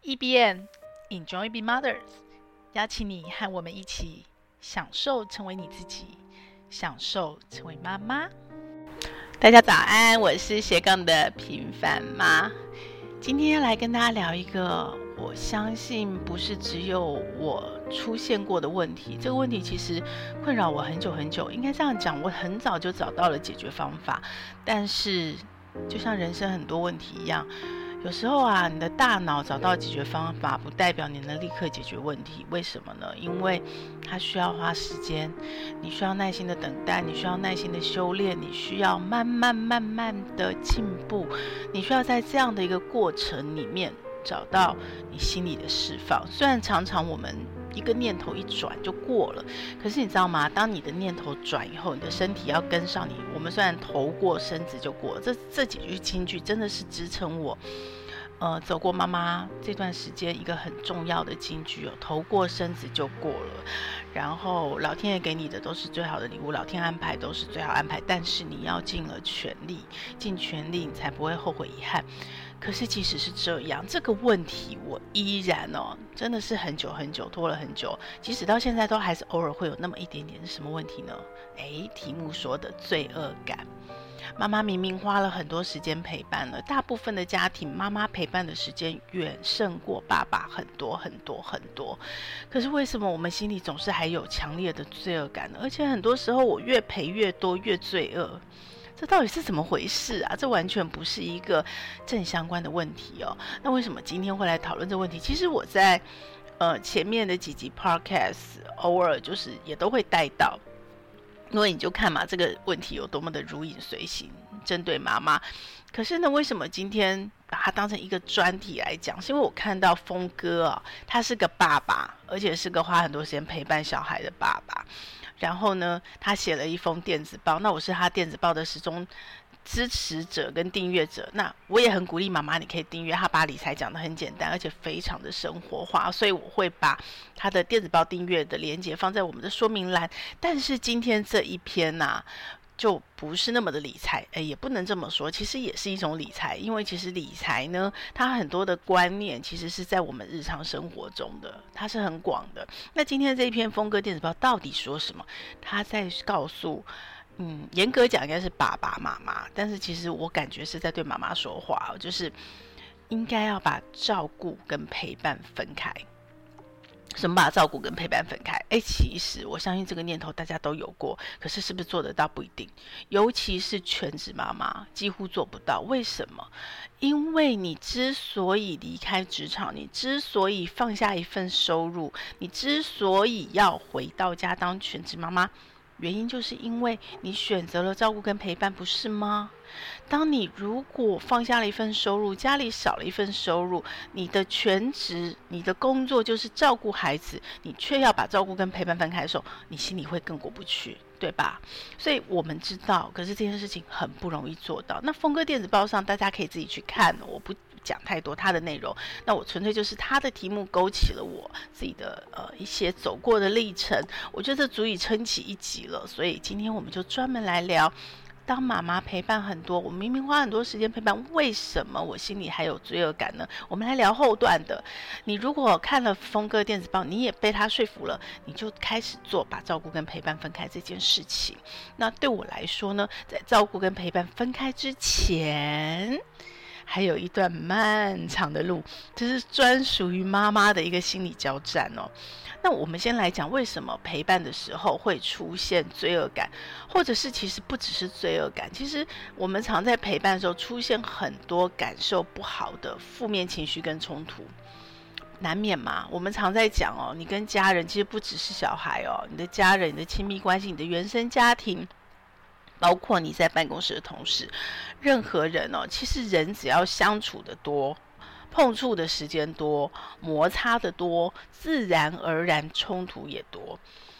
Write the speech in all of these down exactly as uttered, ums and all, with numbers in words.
E B N Enjoy Be Mothers， 邀请你和我们一起享受成为你自己，享受成为妈妈。大家早安，我是斜杠的平凡妈。今天要来跟大家聊一个我相信不是只有我出现过的问题，这个问题其实困扰我很久很久，应该这样讲，我很早就找到了解决方法，但是就像人生很多问题一样，有时候啊，你的大脑找到解决方法，不代表你能立刻解决问题。为什么呢？因为它需要花时间，你需要耐心的等待，你需要耐心的修炼，你需要慢慢慢慢的进步，你需要在这样的一个过程里面找到你心里的释放。虽然常常我们一个念头一转就过了，可是你知道吗？当你的念头转以后，你的身体要跟上你。我们虽然头过身子就过了，这这几句金句真的是支撑我呃，走过妈妈这段时间一个很重要的金句哦，头过身子就过了。然后老天爷给你的都是最好的礼物，老天安排都是最好安排，但是你要尽了全力，尽全力你才不会后悔遗憾。可是即使是这样，这个问题我依然哦，真的是很久很久拖了很久，即使到现在都还是偶尔会有那么一点点。是什么问题呢？诶，题目说的罪恶感。妈妈明明花了很多时间陪伴了，大部分的家庭妈妈陪伴的时间远胜过爸爸很多很多很多，可是为什么我们心里总是还有强烈的罪恶感呢？而且很多时候我越陪越多越罪恶，这到底是怎么回事啊？这完全不是一个正相关的问题哦。那为什么今天会来讨论这个问题？其实我在呃前面的几集 podcast 偶尔就是也都会带到，因为你就看嘛，这个问题有多么的如影随形，针对妈妈。可是呢，为什么今天把它当成一个专题来讲？是因为我看到峰哥啊，他是个爸爸，而且是个花很多时间陪伴小孩的爸爸。然后呢，他写了一封电子报，那我是他电子报的始终支持者跟订阅者，那我也很鼓励妈妈你可以订阅，他把理财讲得很简单，而且非常的生活化，所以我会把他的电子报订阅的连结放在我们的说明栏。但是今天这一篇啊就不是那么的理财，诶，也不能这么说，其实也是一种理财，因为其实理财呢，它很多的观念其实是在我们日常生活中的，它是很广的。那今天这一篇峰哥电子报到底说什么？他在告诉嗯，严格讲应该是爸爸妈妈，但是其实我感觉是在对妈妈说话，就是应该要把照顾跟陪伴分开。什么把照顾跟陪伴分开？哎，其实我相信这个念头大家都有过，可是是不是做得到不一定，尤其是全职妈妈几乎做不到。为什么？因为你之所以离开职场，你之所以放下一份收入，你之所以要回到家当全职妈妈，原因就是因为你选择了照顾跟陪伴，不是吗？当你如果放下了一份收入，家里少了一份收入，你的全职，你的工作就是照顾孩子，你却要把照顾跟陪伴分开的时候，你心里会更过不去，对吧？所以我们知道，可是这件事情很不容易做到。那峰哥电子报上大家可以自己去看，我不讲太多他的内容，那我纯粹就是他的题目勾起了我自己的呃一些走过的历程，我觉得足以撑起一集了。所以今天我们就专门来聊，当妈妈陪伴很多，我明明花很多时间陪伴，为什么我心里还有罪恶感呢？我们来聊后段的。你如果看了峰哥电子报，你也被他说服了，你就开始做把照顾跟陪伴分开这件事情。那对我来说呢，在照顾跟陪伴分开之前，还有一段漫长的路，这是专属于妈妈的一个心理交战哦。那我们先来讲，为什么陪伴的时候会出现罪恶感，或者是其实不只是罪恶感，其实我们常在陪伴的时候出现很多感受不好的负面情绪跟冲突，难免嘛。我们常在讲哦，你跟家人其实不只是小孩哦，你的家人、你的亲密关系、你的原生家庭，包括你在办公室的同事，任何人哦，其实人只要相处的多，碰触的时间多，摩擦的多，自然而然冲突也多。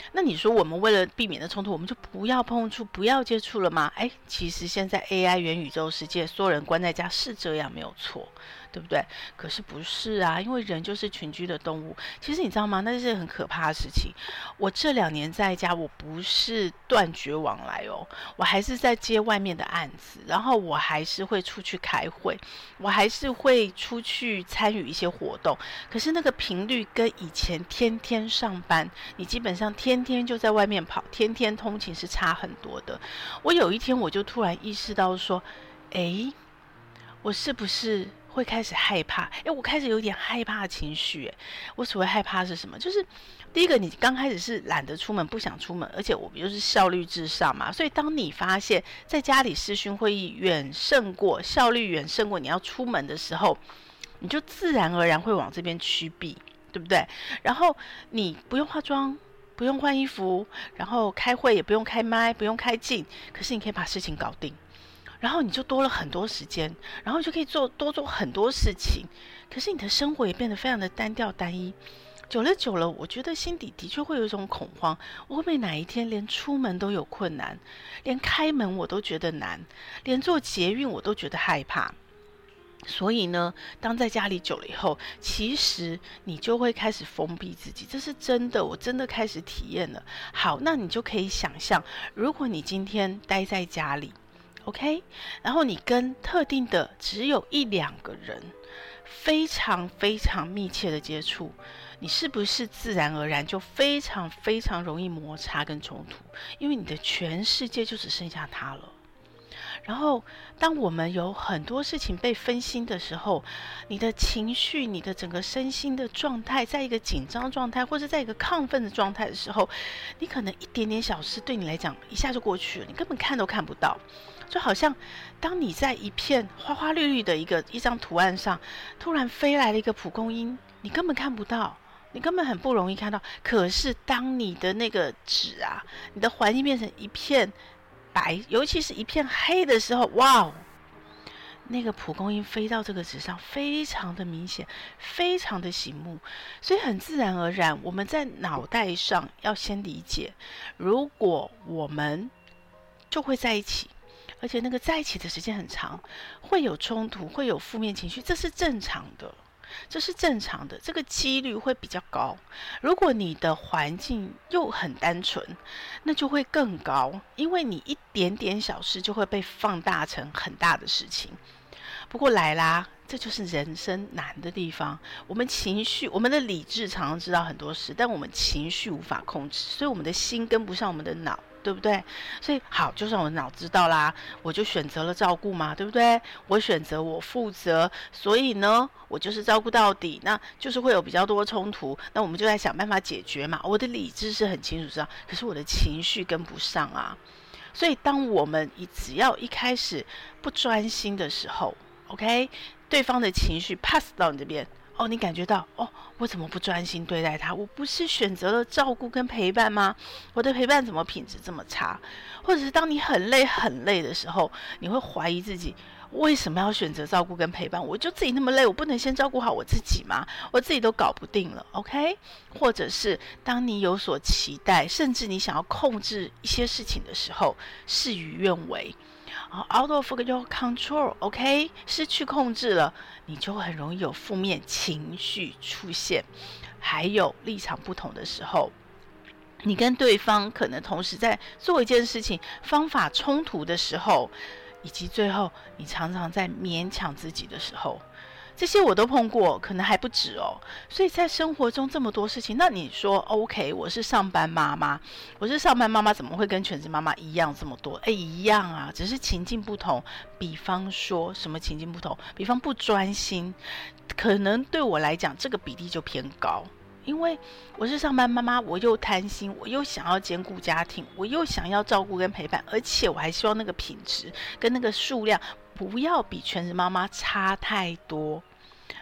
那你说我们为了避免的冲突，我们就不要碰触，不要接触了吗？哎，其实现在 A I 元宇宙世界，所有人关在家是这样，没有错，对不对？可是不是啊，因为人就是群居的动物。其实你知道吗？那是很可怕的事情。我这两年在家，我不是断绝往来哦，我还是在接外面的案子，然后我还是会出去开会，我还是会出去参与一些活动。可是那个频率跟以前天天上班，你基本上天天就在外面跑，天天通勤是差很多的。我有一天我就突然意识到说，诶，我是不是会开始害怕？诶，我开始有点害怕的情绪。诶，我所谓害怕是什么？就是第一个，你刚开始是懒得出门，不想出门，而且我们就是效率至上嘛，所以当你发现在家里视讯会议远胜过效率远胜过你要出门的时候，你就自然而然会往这边趋避，对不对？然后你不用化妆，不用换衣服，然后开会也不用开麦，不用开镜，可是你可以把事情搞定，然后你就多了很多时间，然后就可以做多做很多事情，可是你的生活也变得非常的单调单一。久了久了，我觉得心底的确会有一种恐慌，我会不会哪一天连出门都有困难，连开门我都觉得难，连坐捷运我都觉得害怕。所以呢，当在家里久了以后，其实你就会开始封闭自己，这是真的，我真的开始体验了。好，那你就可以想象，如果你今天待在家里 OK， 然后你跟特定的只有一两个人非常非常密切的接触，你是不是自然而然就非常非常容易摩擦跟冲突？因为你的全世界就只剩下他了。然后当我们有很多事情被分心的时候，你的情绪，你的整个身心的状态在一个紧张状态，或者在一个亢奋的状态的时候，你可能一点点小事对你来讲一下就过去了，你根本看都看不到。就好像当你在一片花花绿绿的一个一张图案上，突然飞来了一个蒲公英，你根本看不到，你根本很不容易看到。可是当你的那个纸啊，你的环境变成一片白，尤其是一片黑的时候，哇哦，那个蒲公英飞到这个纸上，非常的明显，非常的醒目。所以很自然而然，我们在脑袋上要先理解，如果我们就会在一起，而且那个在一起的时间很长，会有冲突，会有负面情绪，这是正常的，这是正常的，这个几率会比较高。如果你的环境又很单纯，那就会更高，因为你一点点小事就会被放大成很大的事情。不过来啦，这就是人生难的地方。我们情绪，我们的理智常常知道很多事，但我们情绪无法控制，所以我们的心跟不上我们的脑，对不对？所以好，就算我的脑知道啦，我就选择了照顾嘛，对不对？我选择我负责，所以呢，我就是照顾到底，那就是会有比较多冲突，那我们就在想办法解决嘛。我的理智是很清楚知道，可是我的情绪跟不上啊。所以当我们只要一开始不专心的时候 OK， 对方的情绪 pass 到你这边，哦，你感觉到，哦，我怎么不专心对待他？我不是选择了照顾跟陪伴吗？我的陪伴怎么品质这么差？或者是当你很累很累的时候，你会怀疑自己为什么要选择照顾跟陪伴？我就自己那么累，我不能先照顾好我自己吗？我自己都搞不定了 OK。 或者是当你有所期待，甚至你想要控制一些事情的时候，事与愿违，out of your control OK， 失去控制了，你就很容易有负面情绪出现。还有立场不同的时候，你跟对方可能同时在做一件事情，方法冲突的时候，以及最后你常常在勉强自己的时候，这些我都碰过，可能还不止哦。所以在生活中这么多事情，那你说 OK， 我是上班妈妈，我是上班妈妈，怎么会跟全职妈妈一样这么多？哎，一样啊，只是情境不同。比方说什么情境不同？比方不专心，可能对我来讲这个比例就偏高。因为我是上班妈妈，我又贪心，我又想要兼顾家庭，我又想要照顾跟陪伴，而且我还希望那个品质跟那个数量不要比全职妈妈差太多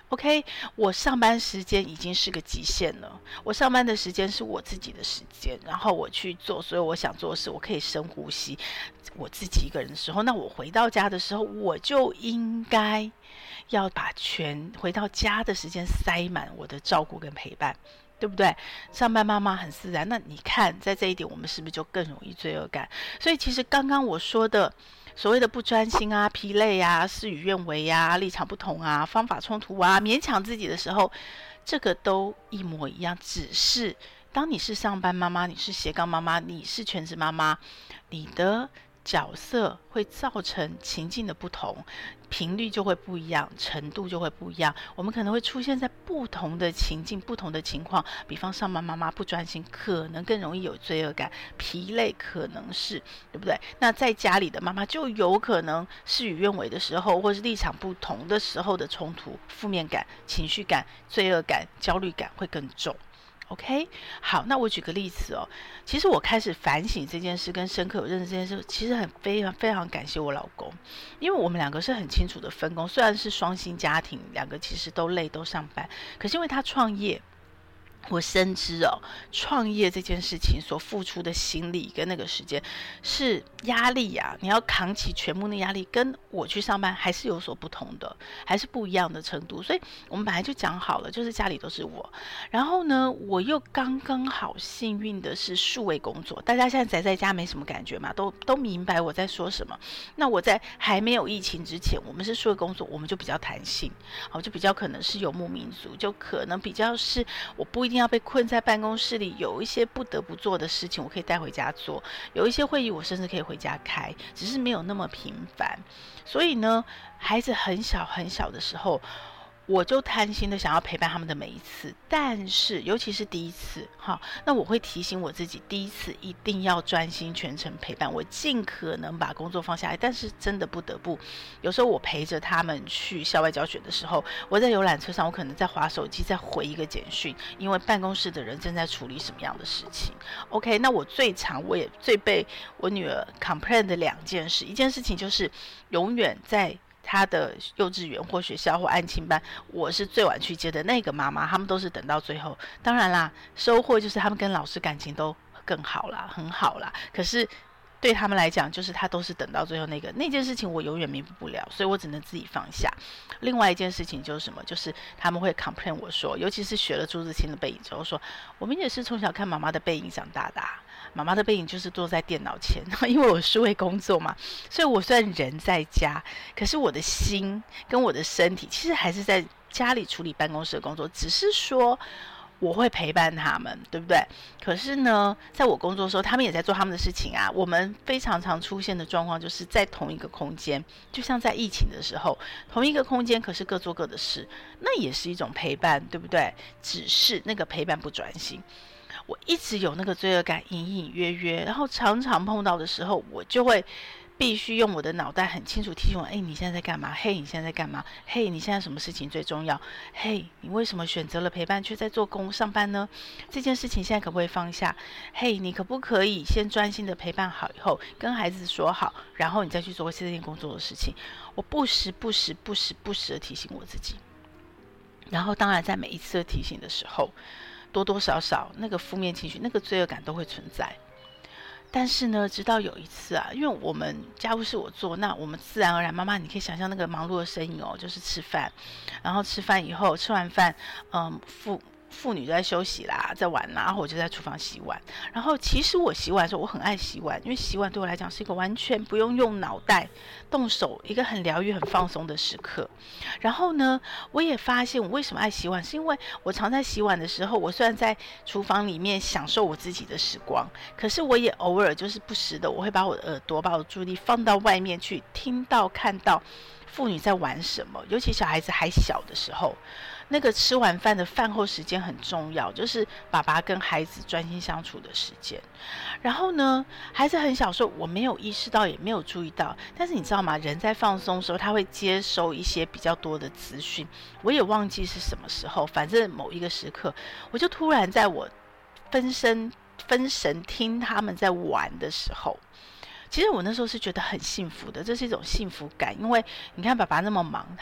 OK， 我上班时间已经是个极限了，我上班的时间是我自己的时间，然后我去做所有我想做的事，我可以深呼吸，我自己一个人的时候，那我回到家的时候，我就应该要把全回到家的时间塞满我的照顾跟陪伴，对不对？上班妈妈很自然，那你看在这一点我们是不是就更容易罪恶感？所以其实刚刚我说的所谓的不专心啊、疲累啊、事与愿违啊、立场不同啊、方法冲突啊、勉强自己的时候，这个都一模一样，只是当你是上班妈妈，你是斜杠妈妈，你是全职妈妈，你的角色会造成情境的不同，频率就会不一样，程度就会不一样。我们可能会出现在不同的情境、不同的情况。比方上班妈妈不专心，可能更容易有罪恶感；疲累可能是，对不对？那在家里的妈妈就有可能事与愿违的时候，或是立场不同的时候的冲突、负面感、情绪感、罪恶感、焦虑感会更重。OK， 好，那我举个例子哦。其实我开始反省这件事，跟深刻有认识这件事，其实很非常非常感谢我老公，因为我们两个是很清楚的分工。虽然是双薪家庭，两个其实都累都上班，可是因为他创业，我深知哦，创业这件事情所付出的心力跟那个时间是压力啊，你要扛起全部的压力，跟我去上班还是有所不同的，还是不一样的程度。所以我们本来就讲好了，就是家里都是我，然后呢，我又刚刚好幸运的是数位工作，大家现在宅在家没什么感觉嘛，都都明白我在说什么。那我在还没有疫情之前，我们是数位工作，我们就比较弹性，好，就比较可能是游牧民族，就可能比较是我不一定要被困在办公室里，有一些不得不做的事情我可以带回家做，有一些会议我甚至可以回家开，只是没有那么频繁。所以呢，孩子很小很小的时候，我就贪心的想要陪伴他们的每一次，但是尤其是第一次哈，那我会提醒我自己，第一次一定要专心全程陪伴，我尽可能把工作放下来。但是真的不得不，有时候我陪着他们去校外教学的时候，我在游览车上，我可能在滑手机，在回一个简讯，因为办公室的人正在处理什么样的事情。OK， 那我最常我也最被我女儿 complain 的两件事，一件事情就是永远在他的幼稚园或学校或安亲班，我是最晚去接的那个妈妈，他们都是等到最后。当然啦，收获就是他们跟老师感情都更好啦，很好啦。可是对他们来讲，就是他都是等到最后那个那件事情，我永远弥补不了，所以我只能自己放下。另外一件事情就是什么？就是他们会 complain 我说，尤其是学了朱自清的背影之后，说我们也是从小看妈妈的背影长大的、啊。妈妈的背影就是坐在电脑前，因为我数位工作嘛，所以我虽然人在家，可是我的心跟我的身体其实还是在家里处理办公室的工作，只是说我会陪伴他们，对不对？可是呢，在我工作的时候，他们也在做他们的事情啊。我们非常常出现的状况就是在同一个空间，就像在疫情的时候，同一个空间，可是各做各的事，那也是一种陪伴，对不对？只是那个陪伴不专心。我一直有那个罪恶感，隐隐约约，然后常常碰到的时候，我就会必须用我的脑袋很清楚提醒我：哎，你现在在干嘛？嘿，你现在在干嘛？嘿，你现在什么事情最重要？嘿，你为什么选择了陪伴，却在做工上班呢？这件事情现在可不可以放下？嘿，你可不可以先专心的陪伴好以后，跟孩子说好，然后你再去做这件工作的事情？我不时不时不时不时的提醒我自己，然后当然在每一次的提醒的时候，多多少少那个负面情绪、那个罪恶感都会存在。但是呢，直到有一次啊，因为我们家务事我做，那我们自然而然，妈妈你可以想象那个忙碌的身影哦，就是吃饭，然后吃饭以后，吃完饭，嗯，父妇女都在休息啦，在玩啦，然后我就在厨房洗碗。然后其实我洗碗的时候，我很爱洗碗，因为洗碗对我来讲是一个完全不用用脑袋、动手，一个很疗愈、很放松的时刻。然后呢，我也发现我为什么爱洗碗，是因为我常在洗碗的时候，我虽然在厨房里面享受我自己的时光，可是我也偶尔就是不时的，我会把我的耳朵、把我的注意力放到外面去，听到、看到妇女在玩什么，尤其小孩子还小的时候。那个吃完饭的饭后时间很重要，就是爸爸跟孩子专心相处的时间。然后呢，孩子很小时候我没有意识到，也没有注意到，但是你知道吗？人在放松的时候，他会接收一些比较多的资讯。我也忘记是什么时候，反正某一个时刻，我就突然在我分身分神听他们在玩的时候。其实我那时候是觉得很幸福的，这是一种幸福感，因为你看爸爸那么忙，他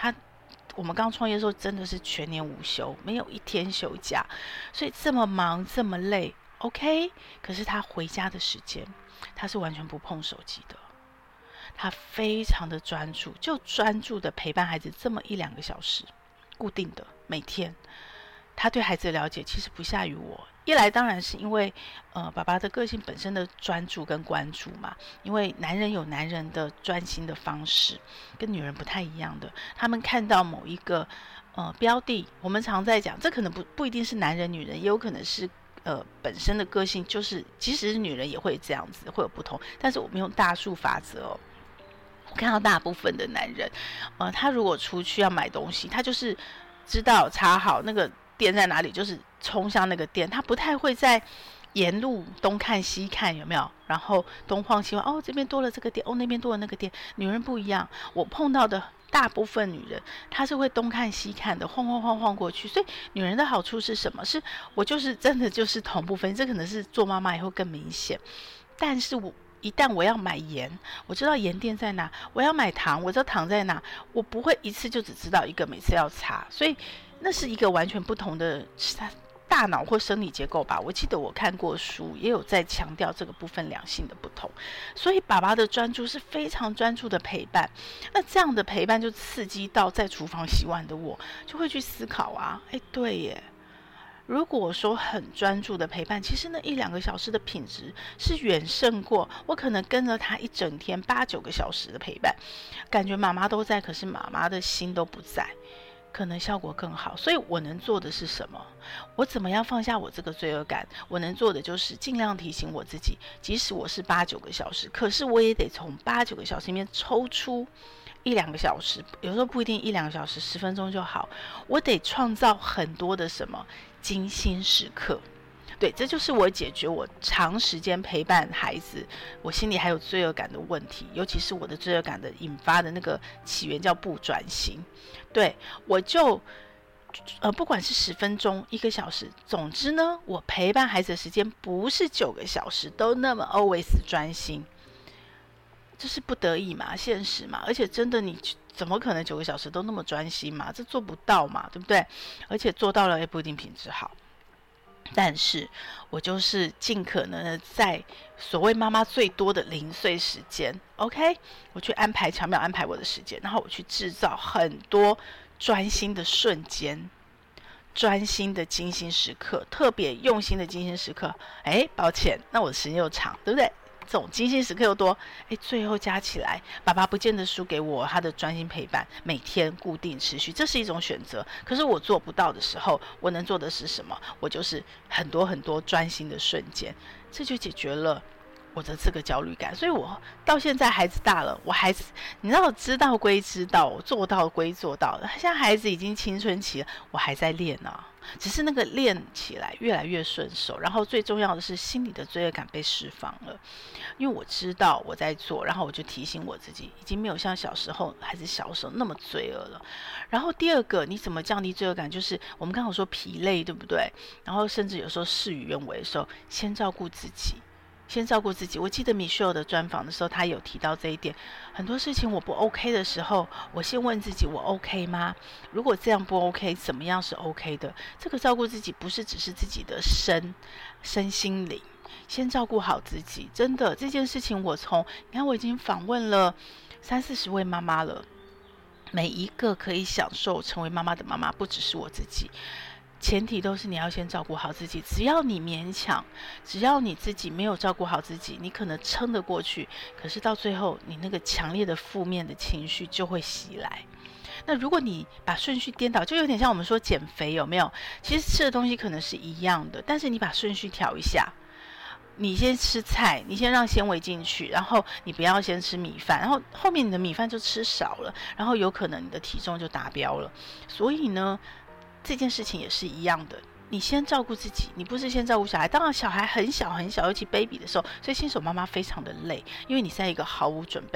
我们刚创业的时候真的是全年无休，没有一天休假，所以这么忙这么累 OK， 可是他回家的时间他是完全不碰手机的，他非常的专注，就专注的陪伴孩子这么一两个小时，固定的每天。他对孩子的了解其实不下于我，一来当然是因为呃爸爸的个性本身的专注跟关注嘛，因为男人有男人的专心的方式，跟女人不太一样的。他们看到某一个呃标的，我们常在讲，这可能不不一定是男人女人，也有可能是呃本身的个性，就是即使是女人也会这样子，会有不同。但是我们用大数法则哦，我看到大部分的男人，呃，他如果出去要买东西，他就是知道查好那个店在哪里，就是冲向那个店，他不太会在沿路东看西看，有没有？然后东晃西晃，哦，这边多了这个店，哦，那边多了那个店。女人不一样，我碰到的大部分女人，她是会东看西看的，晃晃晃晃过去。所以女人的好处是什么？是我就是真的就是同步分析，这可能是做妈妈以后更明显。但是我一旦我要买盐，我知道盐店在哪；我要买糖，我知道糖在哪。我不会一次就只知道一个，每次要查，所以那是一个完全不同的大脑或生理结构吧。我记得我看过书，也有在强调这个部分两性的不同。所以爸爸的专注是非常专注的陪伴，那这样的陪伴就刺激到在厨房洗碗的我，就会去思考啊，哎，对耶。如果说很专注的陪伴，其实那一两个小时的品质是远胜过我可能跟了他一整天八九个小时的陪伴，感觉妈妈都在，可是妈妈的心都不在，可能效果更好。所以我能做的是什么？我怎么样放下我这个罪恶感？我能做的就是尽量提醒我自己，即使我是八九个小时，可是我也得从八九个小时里面抽出一两个小时，有时候不一定一两个小时，十分钟就好。我得创造很多的什么精心时刻。对，这就是我解决我长时间陪伴孩子，我心里还有罪恶感的问题，尤其是我的罪恶感的引发的那个起源叫不专心。对，我就呃，不管是十分钟、一个小时，总之呢，我陪伴孩子的时间不是九个小时都那么 always 专心。这是不得已嘛，现实嘛，而且真的你怎么可能九个小时都那么专心嘛？这做不到嘛，对不对？而且做到了也不一定品质好。但是我就是尽可能的在所谓妈妈最多的零碎时间 ，OK， 我去安排巧妙安排我的时间，然后我去制造很多专心的瞬间。专心的精心时刻，特别用心的精心时刻。哎，抱歉，那我的时间又长，对不对？这种精心时刻又多，哎，最后加起来，爸爸不见得输给我他的专心陪伴，每天固定持续，这是一种选择。可是我做不到的时候，我能做的是什么？我就是很多很多专心的瞬间，这就解决了我的这个焦虑感。所以我到现在孩子大了，我孩子你知道知道归知道，我做到归做到，现在孩子已经青春期了，我还在练啊，只是那个练起来越来越顺手，然后最重要的是心里的罪恶感被释放了，因为我知道我在做，然后我就提醒我自己，已经没有像小时候还是小时候那么罪恶了。然后第二个，你怎么降低罪恶感？就是我们刚刚说疲累，对不对？然后甚至有时候事与愿违的时候，先照顾自己。先照顾自己。我记得 Michelle 的专访的时候，他有提到这一点。很多事情我不 OK 的时候，我先问自己我 OK 吗？如果这样不 OK， 怎么样是 OK 的？这个照顾自己不是只是自己的身身心灵，先照顾好自己。真的这件事情，我从你看我已经访问了三四十位妈妈了，每一个可以享受成为妈妈的妈妈，不只是我自己。前提都是你要先照顾好自己，只要你勉强，只要你自己没有照顾好自己，你可能撑得过去，可是到最后你那个强烈的负面的情绪就会袭来。那如果你把顺序颠倒，就有点像我们说减肥，有没有？其实吃的东西可能是一样的，但是你把顺序调一下，你先吃菜，你先让纤维进去，然后你不要先吃米饭，然后后面你的米饭就吃少了，然后有可能你的体重就达标了。所以呢，这件事情也是一样的，你先照顾自己，你不是先照顾小孩。当然小孩很小很小，尤其 baby 的时候，所以新手妈妈非常的累，因为你在一个毫无准备，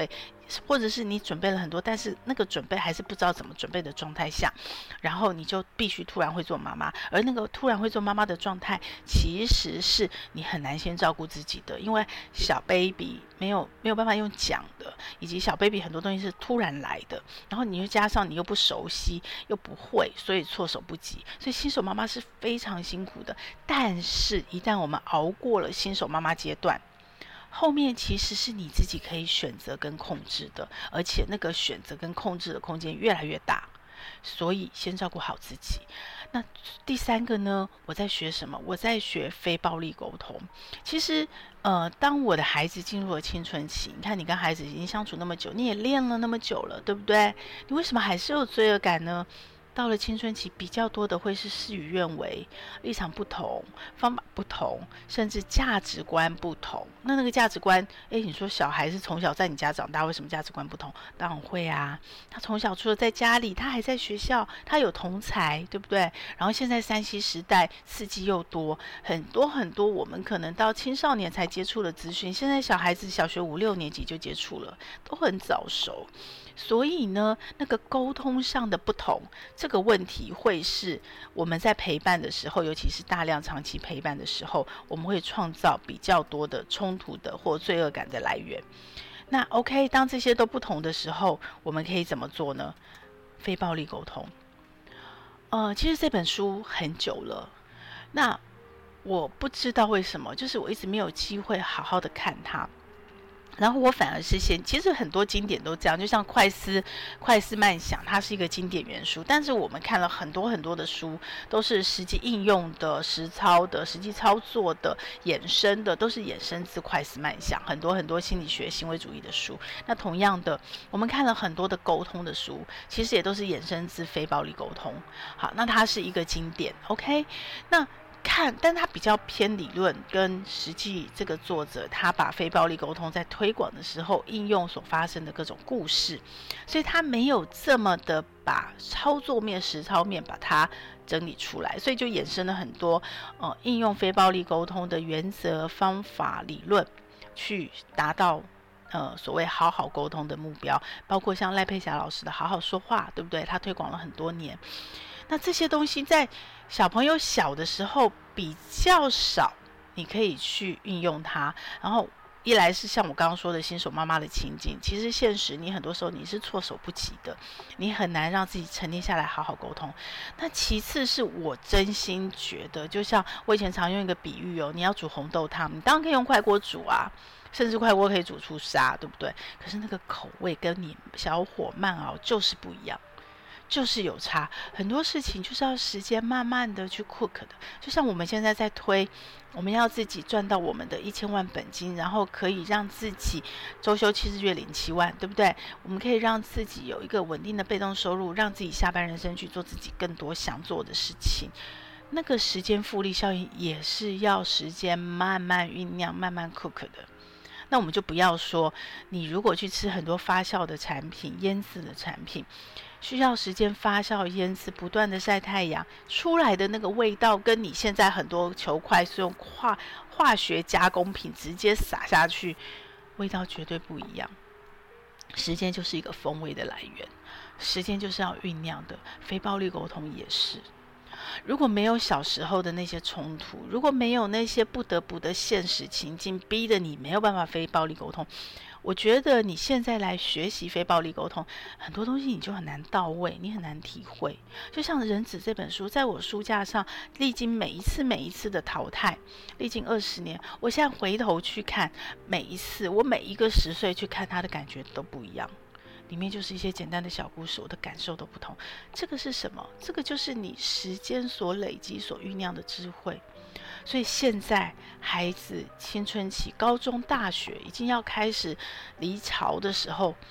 或者是你准备了很多，但是那个准备还是不知道怎么准备的状态下，然后你就必须突然会做妈妈，而那个突然会做妈妈的状态，其实是你很难先照顾自己的，因为小 baby 没有没有办法用讲的，以及小 baby 很多东西是突然来的，然后你又加上你又不熟悉又不会，所以措手不及，所以新手妈妈是非常辛苦的。但是一旦我们熬过了新手妈妈阶段，后面其实是你自己可以选择跟控制的，而且那个选择跟控制的空间越来越大，所以先照顾好自己。那第三个呢，我在学什么？我在学非暴力沟通。其实呃，当我的孩子进入了青春期，你看你跟孩子已经相处那么久，你也练了那么久了，对不对？你为什么还是有罪恶感呢？到了青春期，比较多的会是事与愿违，立场不同，方法不同，甚至价值观不同。那那个价值观，诶，你说小孩是从小在你家长大，为什么价值观不同？当然会啊，他从小除了在家里，他还在学校，他有同侪，对不对？然后现在三 C 时代刺激又多，很多很多我们可能到青少年才接触的资讯，现在小孩子小学五六年级就接触了，都很早熟。所以呢，那个沟通上的不同，这个问题会是我们在陪伴的时候，尤其是大量长期陪伴的时候，我们会创造比较多的冲突的或罪恶感的来源。那 OK， 当这些都不同的时候，我们可以怎么做呢？非暴力沟通。呃，其实这本书很久了，那我不知道为什么，就是我一直没有机会好好的看它。然后我反而是先，其实很多经典都这样，就像快思快思慢想，它是一个经典元素。但是我们看了很多很多的书，都是实际应用的、实操的、实际操作的、衍生的，都是衍生自快思慢想。很多很多心理学、行为主义的书，那同样的，我们看了很多的沟通的书，其实也都是衍生自非暴力沟通。好，那它是一个经典 ，OK？ 那看，但他比较偏理论跟实际，这个作者他把非暴力沟通在推广的时候应用所发生的各种故事，所以他没有这么的把操作面、实操面把它整理出来，所以就衍生了很多呃应用非暴力沟通的原则、方法、理论，去达到呃所谓好好沟通的目标，包括像赖佩霞老师的好好说话，对不对？他推广了很多年。那这些东西在小朋友小的时候比较少，你可以去运用它。然后一来是像我刚刚说的新手妈妈的情境，其实现实你很多时候你是措手不及的，你很难让自己沉淀下来好好沟通。那其次是我真心觉得，就像我以前常用一个比喻哦，你要煮红豆汤，你当然可以用快锅煮啊，甚至快锅可以煮出沙，对不对？可是那个口味跟你小火慢熬就是不一样。就是有差，很多事情就是要时间慢慢的去 cook 的。就像我们现在在推，我们要自己赚到我们的一千万本金，然后可以让自己周休七日月领七万，对不对？我们可以让自己有一个稳定的被动收入，让自己下半人生去做自己更多想做的事情。那个时间复利效应也是要时间慢慢酝酿、慢慢 cook 的。那我们就不要说，你如果去吃很多发酵的产品、腌制的产品，需要时间发酵、腌制，不断的晒太阳，出来的那个味道，跟你现在很多球块是用化化学加工品直接撒下去，味道绝对不一样。时间就是一个风味的来源，时间就是要酝酿的。非暴力沟通也是。如果没有小时候的那些冲突，如果没有那些不得不的现实情境逼得你没有办法非暴力沟通，我觉得你现在来学习非暴力沟通，很多东西你就很难到位，你很难体会。就像《人子》这本书，在我书架上历经每一次每一次的淘汰，历经二十年，我现在回头去看每一次，我每一个十岁去看它的感觉都不一样。里面就是一些简单的小故事，我的感受都不同。这个是什么？这个就是你时间所累积、所酝酿的智慧。所以现在孩子青春期、高中、大学已经要开始离巢的时候，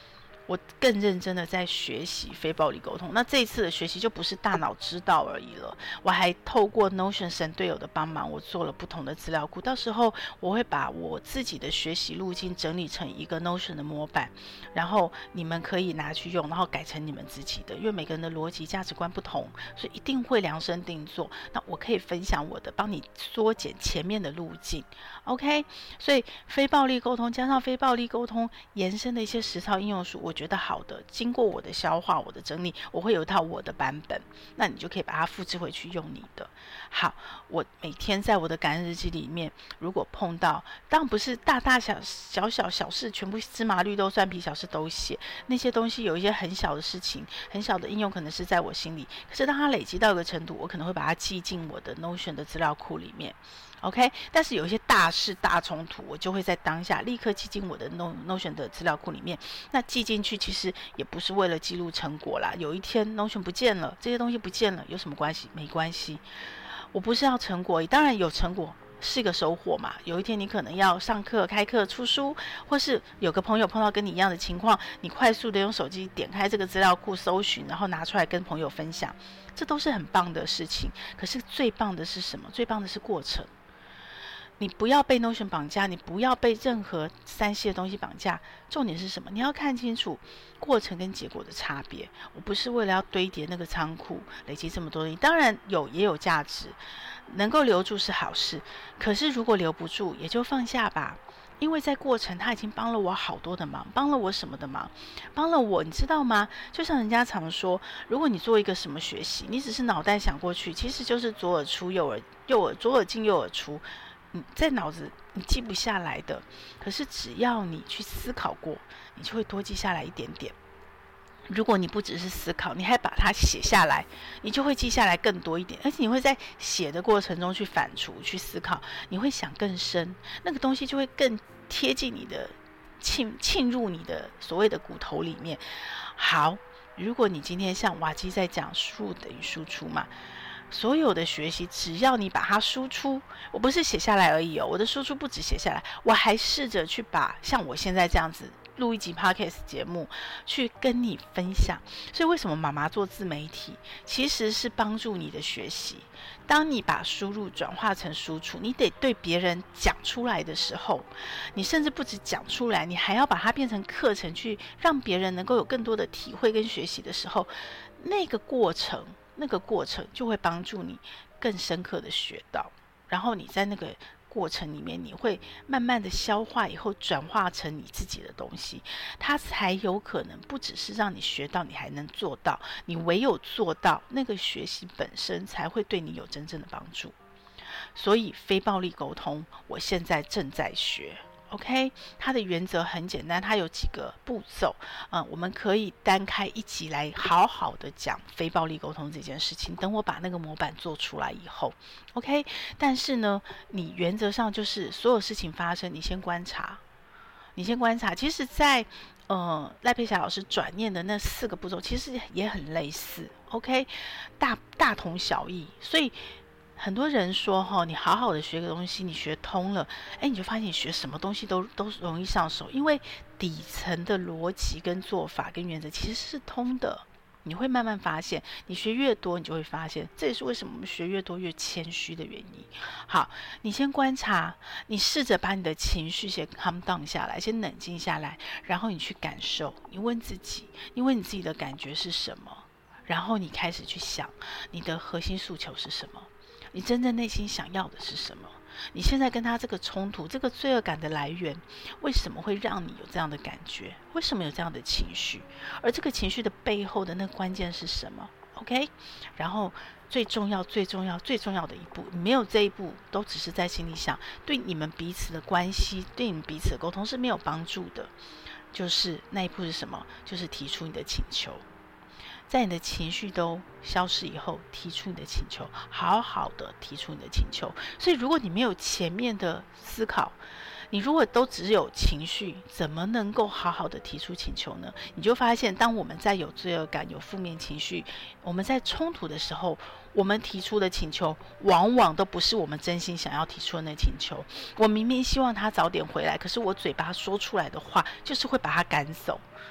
我更认真的在学习非暴力沟通。那这一次的学习就不是大脑知道而已了，我还透过 Notion 神队友的帮忙，我做了不同的资料库。到时候我会把我自己的学习路径整理成一个 Notion 的模板，然后你们可以拿去用，然后改成你们自己的。因为每个人的逻辑价值观不同，所以一定会量身定做。那我可以分享我的，帮你缩减前面的路径。OK， 所以非暴力沟通加上非暴力沟通延伸的一些实操应用术，我觉得好的，经过我的消化、我的整理，我会有一套我的版本，那你就可以把它复制回去用你的。好，我每天在我的感恩日记里面，如果碰到，当然不是大大小小小小事全部芝麻绿豆蒜皮小事都写，那些东西有一些很小的事情，很小的应用可能是在我心里，可是当它累积到一个程度，我可能会把它记进我的 Notion 的资料库里面。OK， 但是有一些大事大冲突，我就会在当下立刻记进我的 Notion 的资料库里面。那记进去其实也不是为了记录成果啦，有一天 Notion 不见了，这些东西不见了，有什么关系？没关系，我不是要成果，当然有成果是一个收获嘛。有一天你可能要上课、开课、出书，或是有个朋友碰到跟你一样的情况，你快速的用手机点开这个资料库搜寻，然后拿出来跟朋友分享，这都是很棒的事情。可是最棒的是什么？最棒的是过程。你不要被 Notion 绑架，你不要被任何三 C 的东西绑架。重点是什么？你要看清楚过程跟结果的差别。我不是为了要堆叠那个仓库，累积这么多东西，当然有也有价值，能够留住是好事。可是如果留不住，也就放下吧。因为在过程他已经帮了我好多的忙，帮了我什么的忙？帮了我，你知道吗？就像人家常说，如果你做一个什么学习，你只是脑袋想过去，其实就是左耳出右耳，右耳左耳进右耳出。你在脑子你记不下来的，可是只要你去思考过，你就会多记下来一点点。如果你不只是思考，你还把它写下来，你就会记下来更多一点，而且你会在写的过程中去反刍、去思考，你会想更深，那个东西就会更贴近你的沁沁入你的所谓的骨头里面。好，如果你今天像瓦基在讲输入等于输出嘛，所有的学习只要你把它输出，我不是写下来而已哦，我的输出不止写下来，我还试着去把像我现在这样子录一集 podcast 节目去跟你分享。所以为什么妈妈做自媒体其实是帮助你的学习。当你把输入转化成输出，你得对别人讲出来的时候，你甚至不止讲出来，你还要把它变成课程，去让别人能够有更多的体会跟学习的时候，那个过程那个过程就会帮助你更深刻的学到，然后你在那个过程里面，你会慢慢的消化以后转化成你自己的东西，它才有可能不只是让你学到，你还能做到。你唯有做到，那个学习本身才会对你有真正的帮助。所以非暴力沟通，我现在正在学。OK， 它的原则很简单，它有几个步骤，嗯，我们可以单开一集来好好的讲非暴力沟通这件事情。等我把那个模板做出来以后 ，OK， 但是呢，你原则上就是所有事情发生，你先观察，你先观察。其实在，在呃赖佩霞老师转念的那四个步骤，其实也很类似 ，OK， 大大同小异，所以。很多人说哈，你好好的学个东西，你学通了，哎，你就发现你学什么东西都都容易上手，因为底层的逻辑跟做法跟原则其实是通的。你会慢慢发现，你学越多，你就会发现，这也是为什么我们学越多越谦虚的原因。好，你先观察，你试着把你的情绪先 calm down 下来，先冷静下来，然后你去感受，你问自己，你问你自己的感觉是什么，然后你开始去想，你的核心诉求是什么。你真正内心想要的是什么？你现在跟他这个冲突，这个罪恶感的来源，为什么会让你有这样的感觉？为什么有这样的情绪？而这个情绪的背后的那个关键是什么 ？OK？ 然后最重要、最重要、最重要的一步，你没有这一步，都只是在心里想，对你们彼此的关系，对你们彼此的沟通是没有帮助的。就是那一步是什么？就是提出你的请求。在你的情绪都消失以后，提出你的请求，好好的提出你的请求。所以如果你没有前面的思考，你如果都只有情绪，怎么能够好好的提出请求呢？你就发现，当我们在有罪恶感、有负面情绪，我们在冲突的时候，我们提出的请求往往都不是我们真心想要提出的那请求。我明明希望他早点回来，可是我嘴巴说出来的话就是会把他赶走。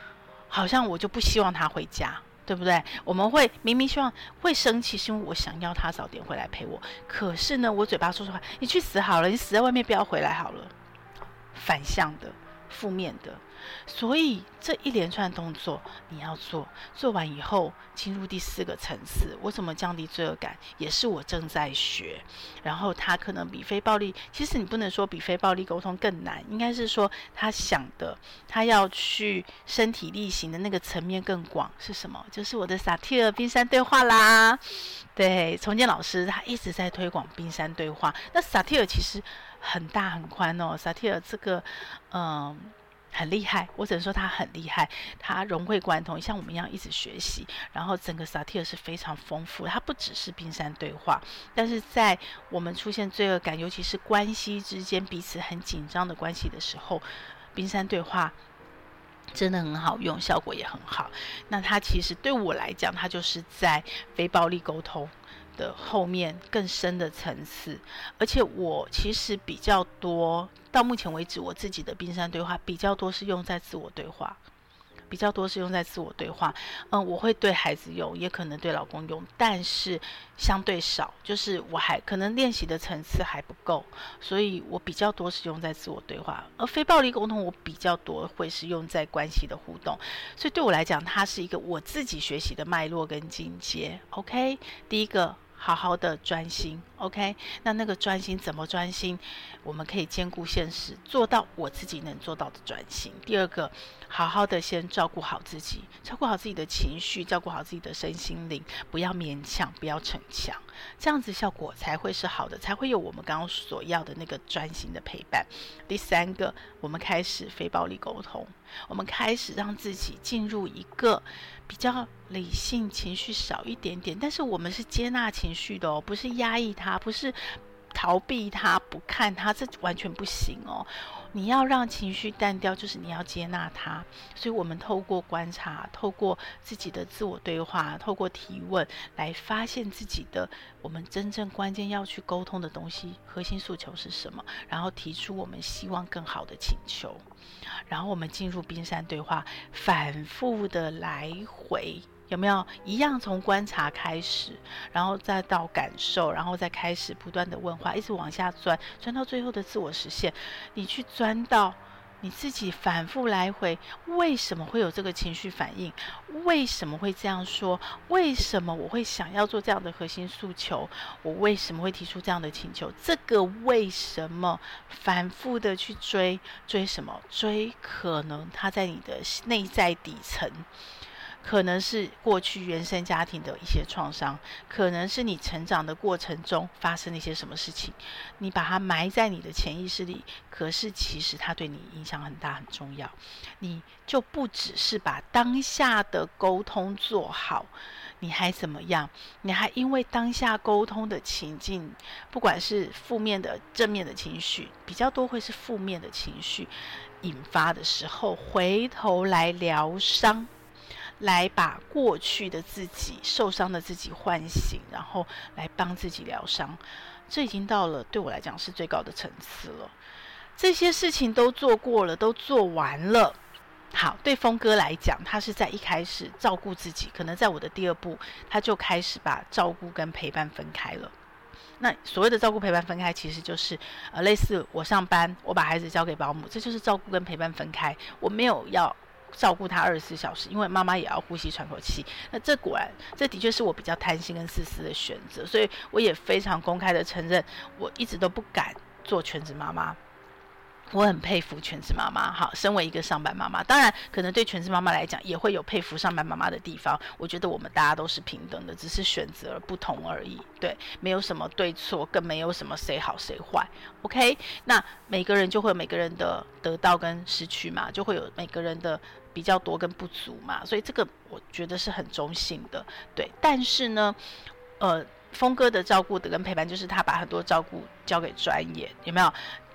好像我就不希望他回家，对不对？我们会明明希望会生气，是因为我想要他早点回来陪我，可是呢，我嘴巴说出来，你去死好了，你死在外面不要回来好了，反向的、负面的。所以这一连串动作你要做，做完以后进入第四个层次，我怎么降低罪恶感，也是我正在学。然后他可能比非暴力，其实你不能说比非暴力沟通更难，应该是说他想的，他要去身体力行的那个层面更广是什么？就是我的萨提尔冰山对话啦。对，重建老师他一直在推广冰山对话。那萨提尔其实很大很宽哦，萨提尔这个嗯。很厉害，我只能说他很厉害，他融会贯通，像我们一样一直学习，然后整个萨提尔是非常丰富，它不只是冰山对话，但是在我们出现罪恶感，尤其是关系之间彼此很紧张的关系的时候，冰山对话真的很好用，效果也很好。那它其实对我来讲，它就是在非暴力沟通的后面更深的层次，而且我其实比较多，到目前为止我自己的冰山对话比较多是用在自我对话，比较多是用在自我对话。嗯，我会对孩子用，也可能对老公用，但是相对少，就是我还可能练习的层次还不够，所以我比较多是用在自我对话。而非暴力沟通我比较多会是用在关系的互动，所以对我来讲，它是一个我自己学习的脉络跟进阶。OK， 第一个。好好的专心 ，OK， 那那个专心怎么专心？我们可以兼顾现实，做到我自己能做到的专心。第二个，好好的先照顾好自己，照顾好自己的情绪，照顾好自己的身心灵，不要勉强，不要逞强，这样子效果才会是好的，才会有我们刚刚所要的那个专心的陪伴。第三个，我们开始非暴力沟通，我们开始让自己进入一个比较理性，情绪少一点点，但是我们是接纳情绪的哦，不是压抑它，不是逃避它，不看它，这完全不行哦。你要让情绪淡掉，就是你要接纳它。所以我们透过观察，透过自己的自我对话，透过提问，来发现自己的我们真正关键要去沟通的东西，核心诉求是什么，然后提出我们希望更好的请求，然后我们进入冰山对话，反复的来回。有没有一样从观察开始，然后再到感受，然后再开始不断的问话，一直往下钻，钻到最后的自我实现。你去钻到你自己反复来回，为什么会有这个情绪反应？为什么会这样说？为什么我会想要做这样的核心诉求？我为什么会提出这样的请求？这个为什么反复的去追追什么？追可能它在你的内在底层。可能是过去原生家庭的一些创伤，可能是你成长的过程中发生了一些什么事情，你把它埋在你的潜意识里，可是其实它对你影响很大很重要。你就不只是把当下的沟通做好，你还怎么样？你还因为当下沟通的情境，不管是负面的正面的情绪，比较多会是负面的情绪引发的时候，回头来疗伤，来把过去的自己受伤的自己唤醒，然后来帮自己疗伤，这已经到了对我来讲是最高的层次了。这些事情都做过了，都做完了。好，对峰哥来讲，他是在一开始照顾自己，可能在我的第二步，他就开始把照顾跟陪伴分开了。那所谓的照顾陪伴分开，其实就是呃类似我上班，我把孩子交给保姆，这就是照顾跟陪伴分开。我没有要照顾他二十四小时，因为妈妈也要呼吸喘口气。那这果然，这的确是我比较贪心跟自私的选择，所以我也非常公开的承认，我一直都不敢做全职妈妈。我很佩服全职妈妈，好，身为一个上班妈妈，当然可能对全职妈妈来讲也会有佩服上班妈妈的地方。我觉得我们大家都是平等的，只是选择不同而已。对，没有什么对错，更没有什么谁好谁坏。OK， 那每个人就会有每个人的得到跟失去嘛，就会有每个人的比较多跟不足嘛，所以这个我觉得是很中性的。对，但是呢，呃。峰哥的照顾的跟陪伴，就是他把很多照顾交给专业，有没有？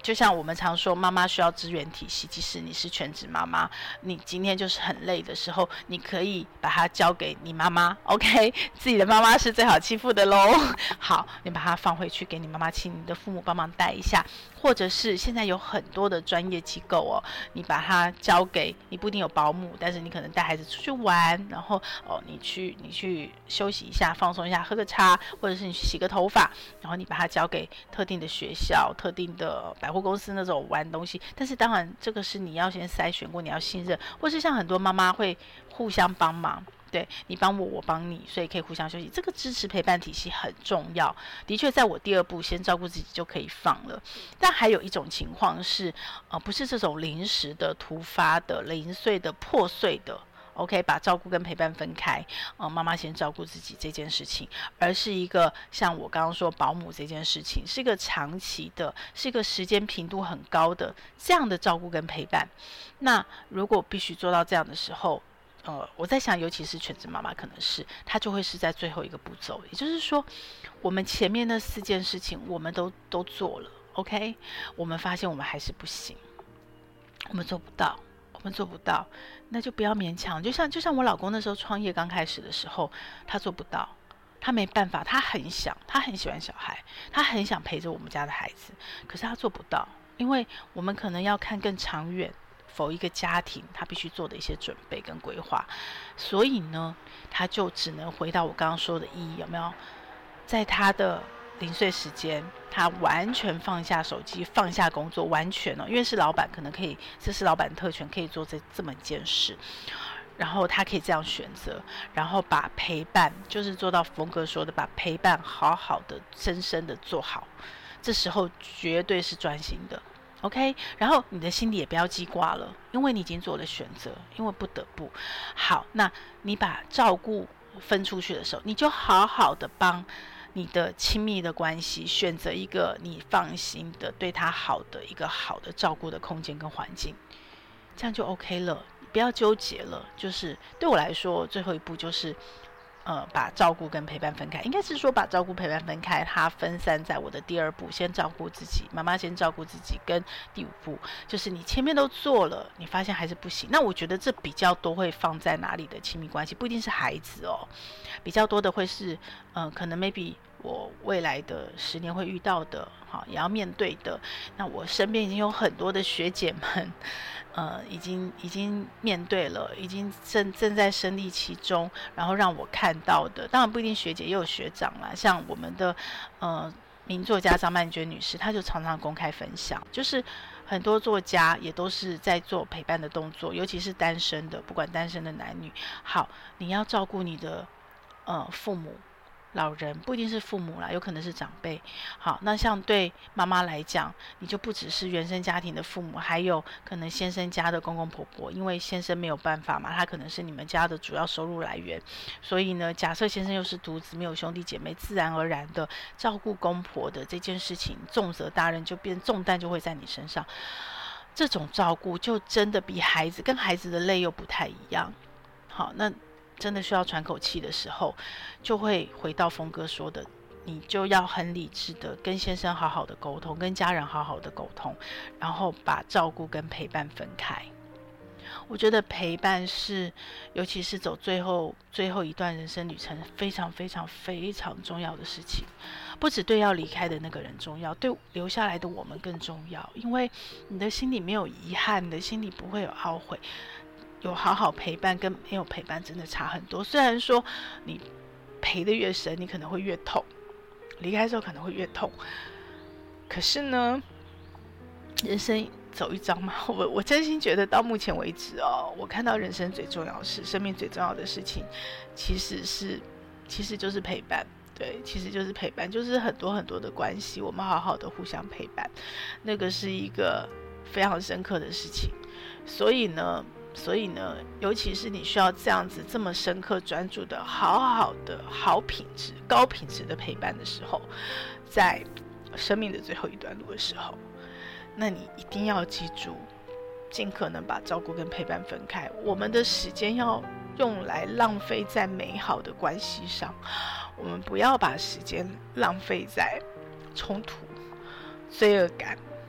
就像我们常说，妈妈需要支援体系。即使你是全职妈妈，你今天就是很累的时候，你可以把它交给你妈妈 ，OK？ 自己的妈妈是最好欺负的咯。好，你把它放回去给你妈妈，请你的父母帮忙带一下，或者是现在有很多的专业机构哦，你把它交给，你不一定有保姆，但是你可能带孩子出去玩，然后哦，你去你去休息一下，放松一下，喝个茶，或者是你去洗个头发，然后你把它交给特定的学校、特定的百货公司那种玩东西。但是当然，这个是你要先筛选过，你要信任，或是像很多妈妈会互相帮忙。对，你帮我，我帮你，所以可以互相休息。这个支持陪伴体系很重要。的确，在我第二步先照顾自己就可以放了。但还有一种情况是，呃，不是这种临时的、突发的、零碎的、破碎的。OK， 把照顾跟陪伴分开，呃，妈妈先照顾自己这件事情，而是一个像我刚刚说保姆这件事情，是一个长期的，是一个时间频度很高的这样的照顾跟陪伴。那如果必须做到这样的时候，呃，我在想，尤其是全职妈妈，可能是她就会是在最后一个步骤，也就是说，我们前面那四件事情我们都都做了 ，OK， 我们发现我们还是不行，我们做不到。我们做不到，那就不要勉强。就像就像我老公那时候创业刚开始的时候，他做不到，他没办法，他很想，他很喜欢小孩，他很想陪着我们家的孩子，可是他做不到，因为我们可能要看更长远，否一个家庭他必须做的一些准备跟规划，所以呢，他就只能回到我刚刚说的意义，有没有？在他的零碎时间，他完全放下手机，放下工作，完全哦，因为是老板，可能可以，这是老板特权，可以做这这么一件事，然后他可以这样选择，然后把陪伴，就是做到峰哥说的，把陪伴好好的、深深的做好，这时候绝对是专心的 ，OK。然后你的心里也不要记挂了，因为你已经做了选择，因为不得不。好，那你把照顾分出去的时候，你就好好的帮你的亲密的关系选择一个你放心的、对他好的一个好的照顾的空间跟环境，这样就 OK 了，不要纠结了。就是对我来说，最后一步就是呃，把照顾跟陪伴分开，应该是说把照顾陪伴分开，它分散在我的第二步，先照顾自己，妈妈先照顾自己，跟第五步就是你前面都做了，你发现还是不行，那我觉得这比较多会放在哪里的亲密关系，不一定是孩子哦，比较多的会是呃，可能 maybe 我未来的十年会遇到的，好，也要面对的。那我身边已经有很多的学姐们，呃，已经已经面对了，已经正正在身历其中，然后让我看到的，当然不一定学姐，也有学长啦，像我们的呃名作家张曼娟女士，她就常常公开分享，就是很多作家也都是在做陪伴的动作，尤其是单身的，不管单身的男女。好，你要照顾你的呃父母。老人不一定是父母啦，有可能是长辈。好，那像对妈妈来讲，你就不只是原生家庭的父母，还有可能先生家的公公婆婆，因为先生没有办法嘛，他可能是你们家的主要收入来源，所以呢，假设先生又是独子，没有兄弟姐妹，自然而然的照顾公婆的这件事情，重责大任就变重担就会在你身上。这种照顾就真的比孩子跟孩子的累又不太一样。好，那真的需要喘口气的时候，就会回到峰哥说的，你就要很理智的跟先生好好的沟通，跟家人好好的沟通，然后把照顾跟陪伴分开。我觉得陪伴是，尤其是走最后最后一段人生旅程，非常非常非常重要的事情。不只对要离开的那个人重要，对留下来的我们更重要。因为你的心里没有遗憾，你的心里不会有懊悔。有好好陪伴跟没有陪伴真的差很多。虽然说你陪得越深，你可能会越痛，离开的时候可能会越痛，可是呢，人生走一遭嘛，我我真心觉得到目前为止哦，我看到人生最重要的事，生命最重要的事情，其实是其实就是陪伴。对，其实就是陪伴，就是很多很多的关系，我们好好的互相陪伴，那个是一个非常深刻的事情。所以呢。所以呢，尤其是你需要这样子这么深刻专注的好好的好品质高品质的陪伴的时候，在生命的最后一段路的时候，那你一定要记住，尽可能把照顾跟陪伴分开。我们的时间要用来浪费在美好的关系上，我们不要把时间浪费在冲突、罪恶感、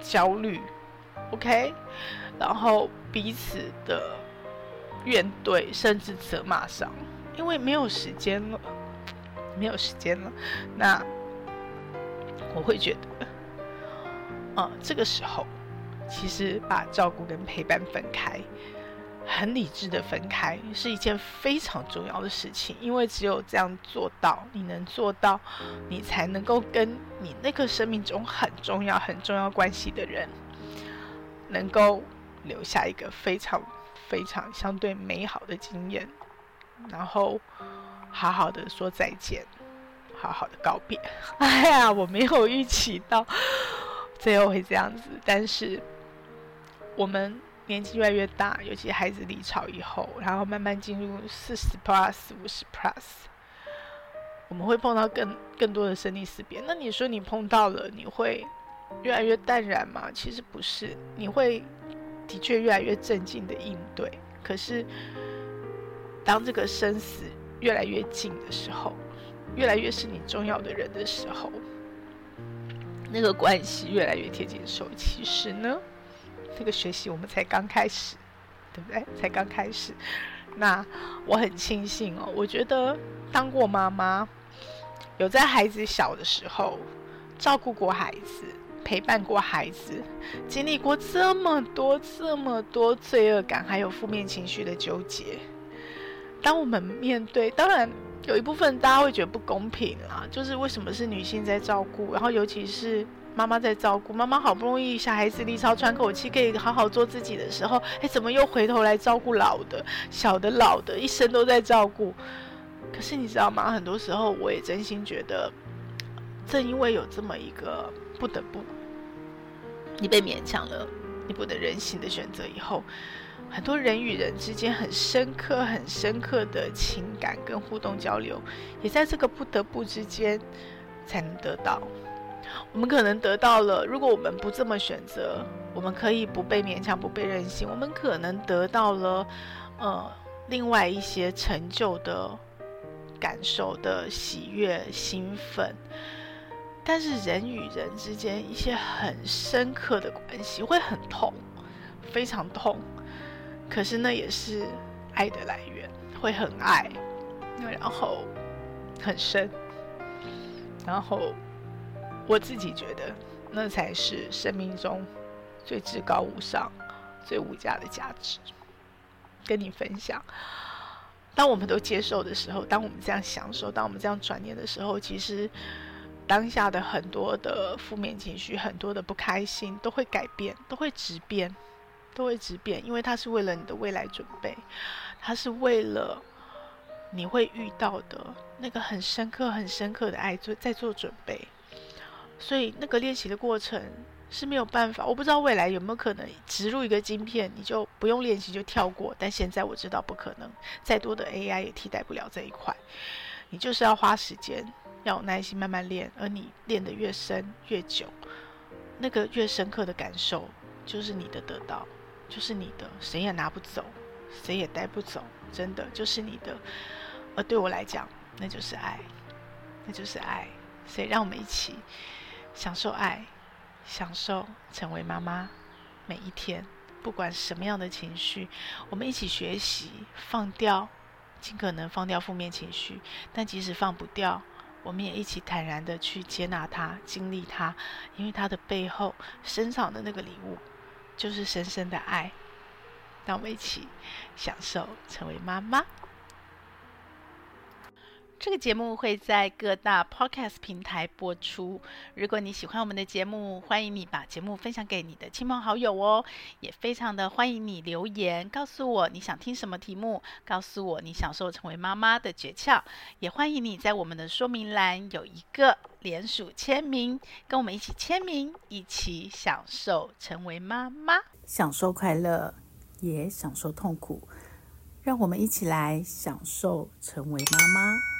焦虑 OK， 然后彼此的怨怼甚至责骂上，因为没有时间了没有时间了。那我会觉得呃，这个时候其实把照顾跟陪伴分开，很理智的分开，是一件非常重要的事情。因为只有这样做到，你能做到，你才能够跟你那个生命中很重要很重要关系的人，能够留下一个非常非常相对美好的经验，然后好好的说再见，好好的告别。哎呀，我没有预期到最后会这样子，但是我们年纪越来越大，尤其孩子离巢以后，然后慢慢进入四十 plus、五十 plus， 我们会碰到更更多的生离死别。那你说你碰到了，你会越来越淡然吗？其实不是，你会的确越来越镇静的应对。可是，当这个生死越来越近的时候，越来越是你重要的人的时候，那个关系越来越贴近手。其实呢，那个学习我们才刚开始，对不对？才刚开始。那我很庆幸哦，我觉得当过妈妈，有在孩子小的时候照顾过孩子，陪伴过孩子，经历过这么多这么多罪恶感还有负面情绪的纠结。当我们面对，当然有一部分大家会觉得不公平啦，就是为什么是女性在照顾，然后尤其是妈妈在照顾，妈妈好不容易小孩子离巢喘口气，可以好好做自己的时候，哎，怎么又回头来照顾老的、小的、老的，一生都在照顾。可是你知道吗？很多时候我也真心觉得，正因为有这么一个不得不，你被勉强了，你不得人性的选择以后，很多人与人之间很深刻、很深刻的情感跟互动交流，也在这个不得不之间才能得到。我们可能得到了，如果我们不这么选择，我们可以不被勉强、不被任性，我们可能得到了呃另外一些成就的感受的喜悦、兴奋。但是人与人之间一些很深刻的关系会很痛，非常痛。可是那也是爱的来源，会很爱，然后很深，然后我自己觉得那才是生命中最至高无上、最无价的价值。跟你分享，当我们都接受的时候，当我们这样享受，当我们这样转念的时候，其实当下的很多的负面情绪，很多的不开心都会改变，都会质变，都会质变，因为它是为了你的未来准备，它是为了你会遇到的那个很深刻很深刻的爱在做准备。所以那个练习的过程是没有办法，我不知道未来有没有可能植入一个晶片，你就不用练习就跳过，但现在我知道不可能，再多的 A I 也替代不了这一块。你就是要花时间，要有耐心慢慢练，而你练得越深越久，那个越深刻的感受就是你的得到，就是你的，谁也拿不走，谁也带不走，真的就是你的。而对我来讲，那就是爱，那就是爱。所以让我们一起享受爱，享受成为妈妈每一天，不管什么样的情绪，我们一起学习放掉，尽可能放掉负面情绪，但即使放不掉，我们也一起坦然的去接纳它，经历它，因为它的背后深藏的那个礼物就是深深的爱。让我们一起享受成为妈妈。这个节目会在各大 podcast 平台播出。如果你喜欢我们的节目，欢迎你把节目分享给你的亲朋好友哦。也非常的欢迎你留言，告诉我你想听什么题目，告诉我你享受成为妈妈的诀窍。也欢迎你在我们的说明栏有一个联署签名，跟我们一起签名，一起享受成为妈妈， 享受快乐，也享受痛苦。让我们一起来享受成为妈妈。